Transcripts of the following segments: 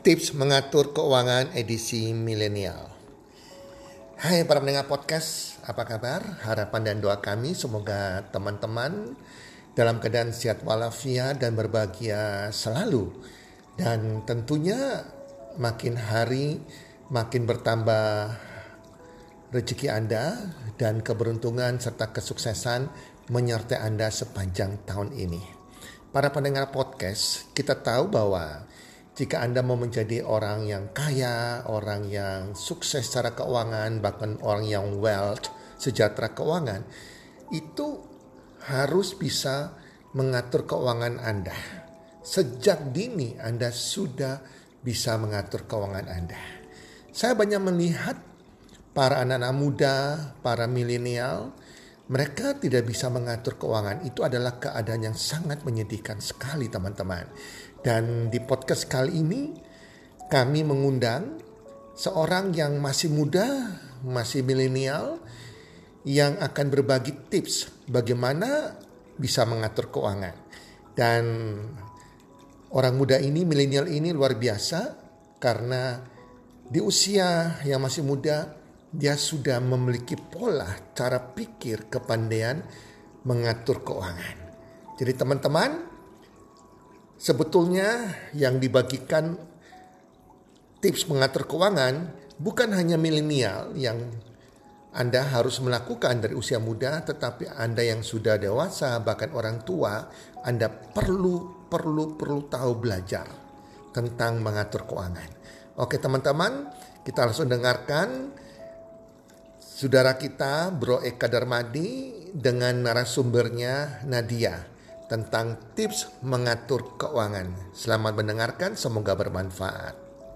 Tips mengatur keuangan edisi milenial. Hai para pendengar podcast, apa kabar? Harapan dan doa kami semoga teman-teman dalam keadaan sehat walafiat dan berbahagia selalu. Dan tentunya makin hari makin bertambah rezeki Anda dan keberuntungan serta kesuksesan menyertai Anda sepanjang tahun ini. Para pendengar podcast, kita tahu bahwa jika Anda mau menjadi orang yang kaya, orang yang sukses secara keuangan, bahkan orang yang wealth, sejahtera keuangan, itu harus bisa mengatur keuangan Anda. Sejak dini Anda sudah bisa mengatur keuangan Anda. Saya banyak melihat para anak-anak muda, para milenial, mereka tidak bisa mengatur keuangan. Itu adalah keadaan yang sangat menyedihkan sekali, teman-teman. Dan di podcast kali ini kami mengundang seorang yang masih muda, masih milenial, yang akan berbagi tips bagaimana bisa mengatur keuangan. Dan orang muda ini, milenial ini luar biasa karena di usia yang masih muda dia sudah memiliki pola cara pikir kepandaian mengatur keuangan. Jadi teman-teman, sebetulnya yang dibagikan tips mengatur keuangan bukan hanya milenial yang Anda harus melakukan dari usia muda, tetapi Anda yang sudah dewasa, bahkan orang tua, Anda perlu tahu belajar tentang mengatur keuangan. Oke teman-teman, kita langsung dengarkan saudara kita Bro Eka Darmadi dengan narasumbernya Nadia tentang tips mengatur keuangan. Selamat mendengarkan, semoga bermanfaat.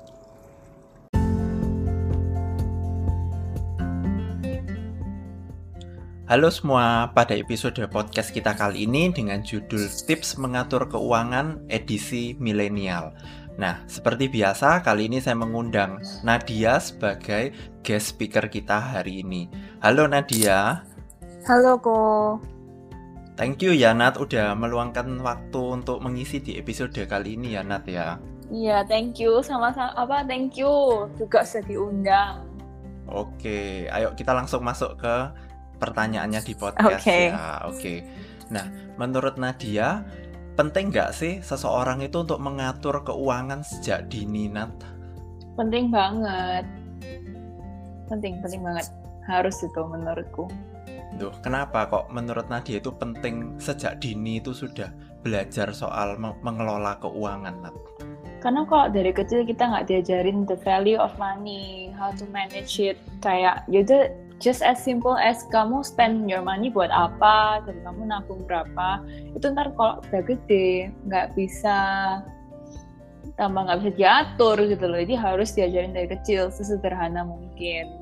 Halo semua, pada episode podcast kita kali ini dengan judul Tips Mengatur Keuangan edisi Milenial. Nah, seperti biasa kali ini saya mengundang Nadia sebagai guest speaker kita hari ini. Halo Nadia. Halo Ko. Thank you ya Nat, udah meluangkan waktu untuk mengisi di episode kali ini ya Nat ya. Iya, thank you. Sama-sama, thank you juga sudah diundang. Oke, ayo kita langsung masuk ke pertanyaannya di podcast ya. Oke. Nah, menurut Nadia, penting nggak sih seseorang itu untuk mengatur keuangan sejak dini, Nat? Penting banget. Penting banget. Harus itu menurutku. Duh, kenapa kok menurut Nadia itu penting sejak dini itu sudah belajar soal mengelola keuangan, Nat? Karena kalau dari kecil kita nggak diajarin the value of money, how to manage it. Kayak yaudah, just as simple as kamu spend your money buat apa, dan kamu nabung berapa. Itu ntar kalau udah gede nggak bisa diatur gitu loh. Jadi harus diajarin dari kecil, sesederhana mungkin.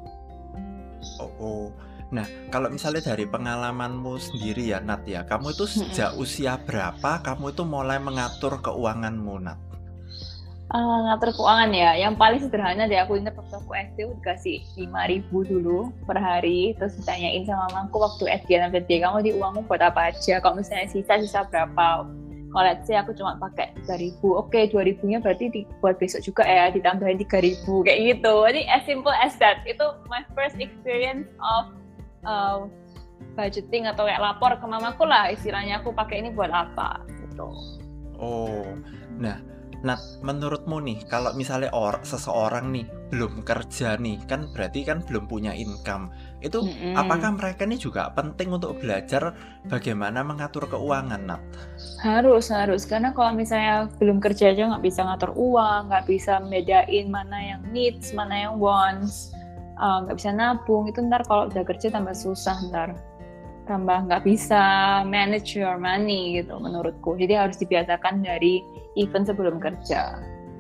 Nah, kalau misalnya dari pengalamanmu sendiri ya Nat ya, kamu itu sejak usia berapa kamu itu mulai mengatur keuanganmu, Nat? Ngatur keuangan ya, yang paling sederhana deh, aku ingat waktu aku SD dikasih 5.000 dulu per hari, terus ditanyain sama mamaku waktu SD, kamu di uangmu buat apa aja, kalau misalnya sisa berapa. Kalau let's say aku cuma pakai 3.000, oke 2.000-nya berarti buat besok juga ya, ditambahin 3.000 kayak gitu. Jadi as simple as that. Itu my first experience of budgeting atau kayak lapor ke mamaku lah, istilahnya aku pakai ini buat apa gitu. Nah menurutmu nih, kalau misalnya seseorang nih belum kerja nih, kan berarti kan belum punya income, itu apakah mereka nih juga penting untuk belajar bagaimana mengatur keuangan, Nat? Harus, karena kalau misalnya belum kerja aja nggak bisa ngatur uang, nggak bisa bedain mana yang needs, mana yang wants, nggak bisa nabung, itu ntar kalau udah kerja tambah susah, tambah nggak bisa manage your money gitu menurutku. Jadi harus dibiasakan dari even sebelum kerja.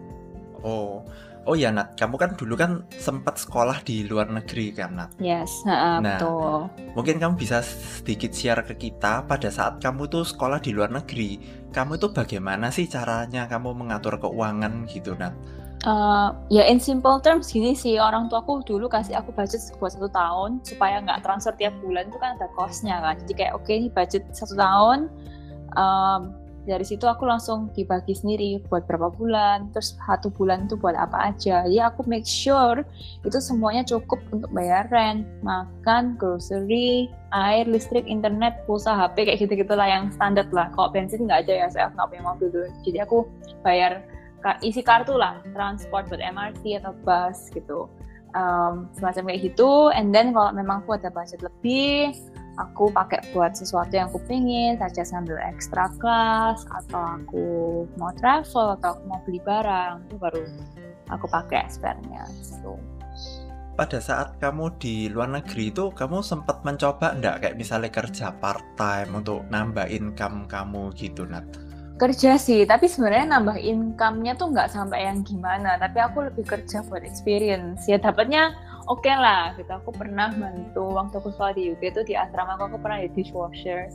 Oh ya Nat, kamu kan dulu kan sempat sekolah di luar negeri kan Nat? Yes, betul. Mungkin kamu bisa sedikit share ke kita pada saat kamu tuh sekolah di luar negeri, kamu tuh bagaimana sih caranya kamu mengatur keuangan gitu Nat? Ya in simple terms gini sih, orang tuaku dulu kasih aku budget buat 1 tahun supaya nggak transfer tiap bulan, itu kan ada cost-nya kan. Jadi kayak oke, ini budget 1 tahun, Dari situ aku langsung dibagi sendiri buat berapa bulan, terus 1 bulan itu buat apa aja. Jadi aku make sure itu semuanya cukup untuk bayar rent, makan, grocery, air, listrik, internet, pulsa HP, kayak gitu-gitu lah yang standar lah. Kalau bensin nggak ada ya, saya nggak punya mobil dulu. Jadi aku bayar isi kartu lah, transport buat MRT atau bus gitu. Semacam kayak gitu. And then kalau memang aku ada budget lebih, aku pakai buat sesuatu yang aku pengen, saja sambil extra class, atau aku mau travel, atau aku mau beli barang, itu baru aku pakai spare-nya gitu. Pada saat kamu di luar negeri itu, kamu sempat mencoba enggak kayak misalnya kerja part time untuk nambah income kamu gitu, Nat? Kerja sih, tapi sebenarnya nambah income-nya tuh nggak sampai yang gimana, tapi aku lebih kerja buat experience. Ya dapatnya oke lah gitu. Aku pernah bantu waktu aku sekolah di UK itu di asrama aku pernah jadi dishwasher.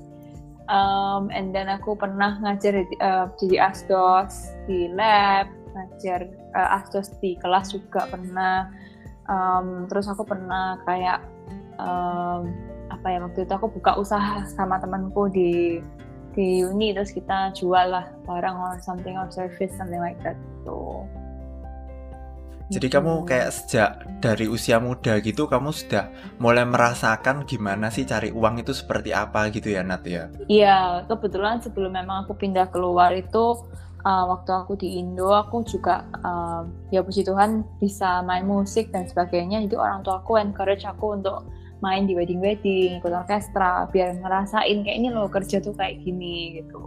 And then aku pernah ngajar jadi asdos di lab, ngajar asdos di kelas juga pernah. Terus aku pernah kayak waktu itu aku buka usaha sama temanku di uni, terus kita jual lah barang or something or service something like that gitu. Jadi kamu kayak sejak dari usia muda gitu kamu sudah mulai merasakan gimana sih cari uang itu seperti apa gitu ya, Nat ya? Iya, kebetulan sebelum memang aku pindah keluar itu waktu aku di Indo aku juga ya puji Tuhan bisa main musik dan sebagainya. Jadi orang tua aku encourage aku untuk main di wedding, ikut orkestra, biar ngerasain kayak ini loh kerja tuh kayak gini gitu.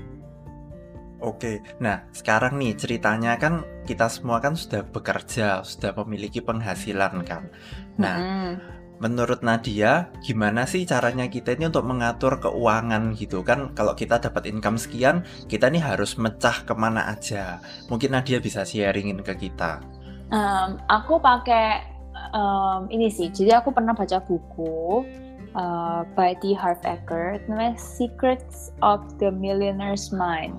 Oke, nah sekarang nih ceritanya kan kita semua kan sudah bekerja, sudah memiliki penghasilan kan. Nah, menurut Nadia, gimana sih caranya kita ini untuk mengatur keuangan gitu kan? Kalau kita dapat income sekian, kita nih harus mecah kemana aja. Mungkin Nadia bisa sharingin ke kita. Aku pakai ini sih, jadi aku pernah baca buku by T. Harv Eker, namanya Secrets of the Millionaire's Mind.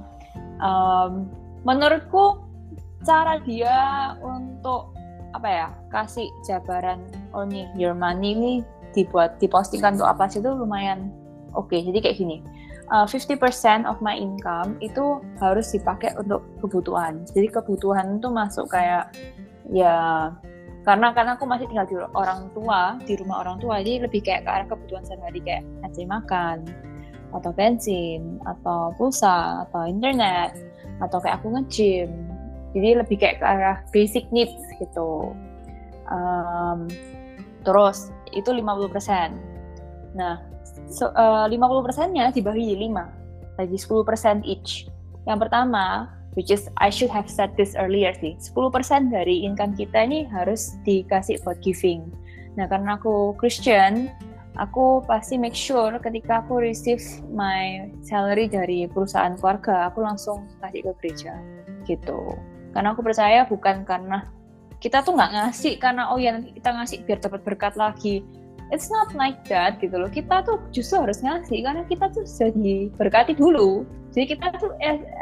Menurutku cara dia untuk kasih jabaran nih your money ini dipostingkan untuk apa sih itu lumayan oke. Jadi kayak gini, 50% of my income itu harus dipakai untuk kebutuhan. Jadi kebutuhan itu masuk kayak ya karena aku masih tinggal di rumah orang tua, jadi lebih kayak ke arah kebutuhan sehari-hari kayak ngasih makan, atau bensin, atau pulsa, atau internet, atau kayak aku nge-gym. Jadi lebih kayak ke arah basic needs gitu. Terus itu 50%. Nah, 50%-nya dibagi 5, lagi 10% each. Yang pertama, which is I should have said this earlier sih, 10% dari income kita ini harus dikasih buat giving. Nah, karena aku Christian, aku pasti make sure ketika aku receive my salary dari perusahaan keluarga, aku langsung kasih ke gereja gitu. Karena aku percaya bukan karena kita tuh nggak ngasih karena nanti kita ngasih biar dapat berkat lagi. It's not like that gitu loh. Kita tuh justru harus ngasih karena kita tuh sudah diberkati dulu. Jadi kita tuh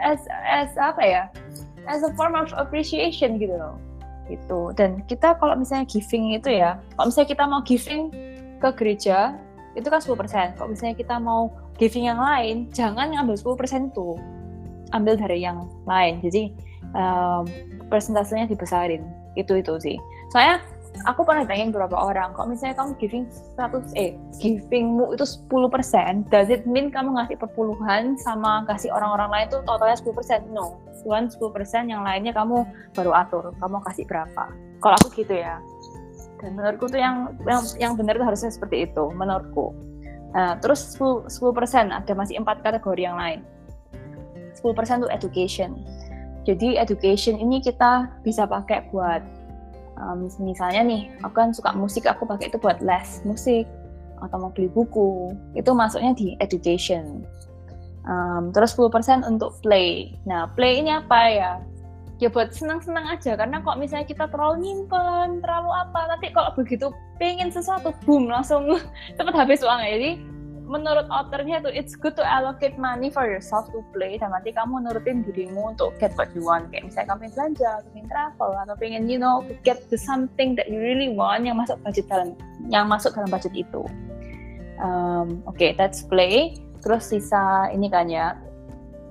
as a form of appreciation gitu loh. Gitu. Dan kita kalau misalnya giving itu ya, kalau misalnya kita mau giving ke gereja itu kan 10%. Kalau misalnya kita mau giving yang lain, jangan ngambil 10% itu, ambil dari yang lain. Jadi persentasenya dibesarin. Itu sih. Soalnya aku pernah tanyain beberapa orang, kalau misalnya kamu givingmu itu 10%, does it mean kamu ngasih perpuluhan sama kasih orang-orang lain itu totalnya 10%? No, Tuhan 10%, yang lainnya kamu baru atur, kamu kasih berapa. Kalau aku gitu ya. Dan menurutku tuh yang benar tuh harusnya seperti itu, menurutku. Nah, terus 10% ada masih 4 kategori yang lain. 10% tuh education. Jadi education ini kita bisa pakai buat misalnya nih, aku kan suka musik, aku pakai itu buat les musik atau mau beli buku, itu masuknya di education. Terus 10% untuk play. Nah, play ini apa ya? Ya buat senang-senang aja, karena kok misalnya kita terlalu nyimpen, terlalu apa, nanti kalau begitu pengen sesuatu, boom, langsung cepet habis uangnya. Jadi menurut authornya tuh it's good to allocate money for yourself to play, dan nanti kamu nurutin dirimu untuk get what you want. Kayak misalnya kamu pengen belanja, pengen travel, atau pengen get to something that you really want yang masuk dalam budget itu. Oke, that's play. Terus sisa ini kan ya,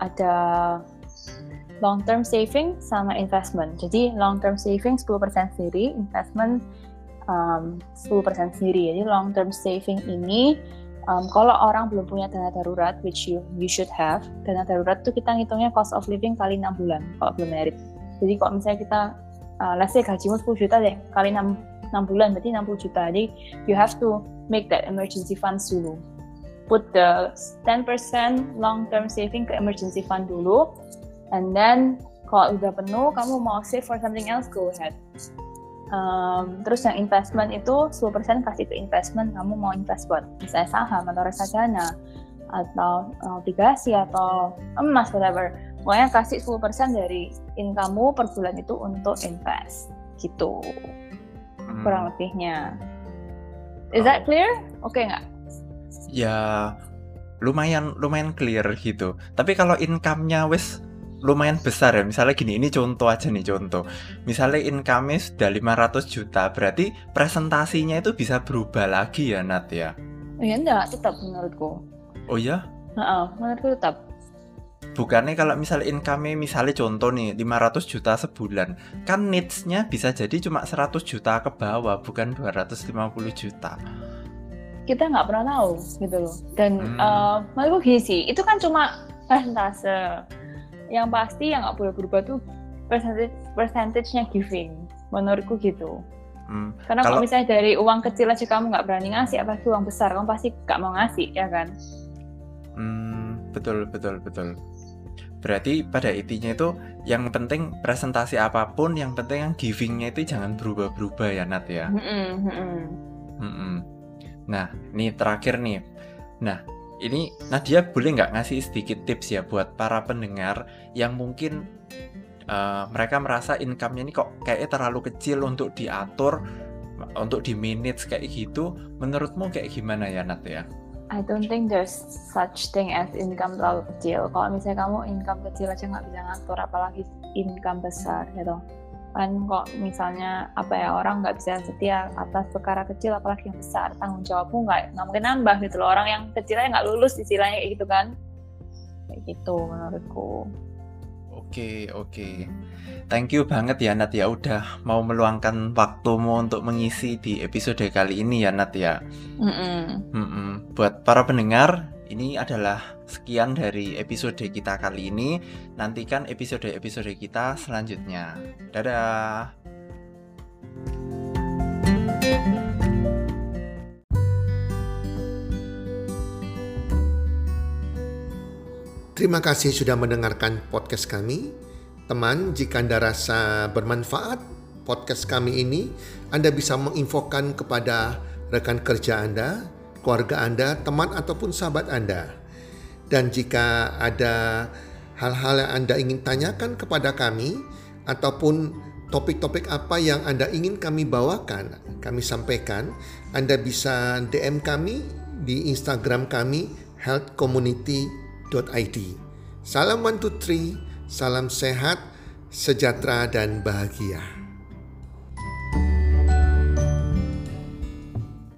ada long term saving sama investment. Jadi long term saving 10% sendiri, investment 10% sendiri. Jadi long term saving ini kalau orang belum punya dana darurat, which you should have, dana darurat itu kita ngitungnya cost of living kali 6 bulan kalau belum married. Jadi kalau misalnya kita let's say gajimu 10 juta deh, kali 6 bulan berarti 60 juta. Jadi you have to make that emergency funds dulu. Put the 10% long term saving ke emergency fund dulu, and then kalau udah penuh kamu mau save for something else, go ahead. Terus yang investment itu 10% kasih ke investment, kamu mau invest buat misalnya saham atau reksadana atau obligasi atau emas, whatever. Pokoknya kasih 10% dari income-mu per bulan itu untuk invest gitu. Kurang lebihnya. Is that clear? Oke nggak? Ya lumayan clear gitu. Tapi kalau income-nya wes lumayan besar ya, misalnya gini, ini contoh aja nih, contoh. Misalnya income-nya sudah 500 juta, berarti presentasinya itu bisa berubah lagi ya, Nat ya? Ya enggak, tetap menurutku. Oh ya? Menurutku tetap. Bukannya kalau misalnya income-nya misalnya contoh nih 500 juta sebulan, kan needs-nya bisa jadi cuma 100 juta ke bawah, bukan 250 juta. Kita nggak pernah tahu gitu loh. Dan menurutku gini sih, itu kan cuma persentase. Yang pasti yang nggak boleh berubah tuh percentage-nya giving, menurutku gitu. Karena kalau misalnya dari uang kecil aja kamu nggak berani ngasih, apalagi uang besar, kamu pasti nggak mau ngasih, ya kan? Betul. Berarti pada intinya itu yang penting presentasi apapun, yang penting yang givingnya itu jangan berubah-berubah ya, Nat ya. Nah, ini terakhir nih. Nah, ini Nadia boleh nggak ngasih sedikit tips ya buat para pendengar yang mungkin mereka merasa income-nya ini kok kayaknya terlalu kecil untuk diatur, untuk di manage kayak gitu. Menurutmu kayak gimana ya, Nat ya? I don't think there's such thing as income terlalu kecil. Kalau misalnya kamu income kecil aja nggak bisa ngatur, apalagi income besar gitu. Kan kok misalnya orang nggak bisa setia atas perkara kecil, apalagi yang besar, tanggung jawabmu nggak mungkin nambah gitu loh. Orang yang kecil aja nggak lulus istilahnya kayak gitu kan, kayak gitu menurutku. Oke. Thank you banget ya, Nat ya, udah mau meluangkan waktumu untuk mengisi di episode kali ini ya, Nat ya. Buat para pendengar, ini adalah sekian dari episode kita kali ini. Nantikan episode-episode kita selanjutnya. Dadah. Terima kasih sudah mendengarkan podcast kami. Teman, jika Anda rasa bermanfaat podcast kami ini, Anda bisa menginfokan kepada rekan kerja Anda, keluarga Anda, teman ataupun sahabat Anda. Dan jika ada hal-hal yang Anda ingin tanyakan kepada kami, ataupun topik-topik apa yang Anda ingin kami bawakan, kami sampaikan, Anda bisa DM kami di Instagram kami, healthcommunity.id. Salam 1, 2, 3, salam sehat, sejahtera dan bahagia.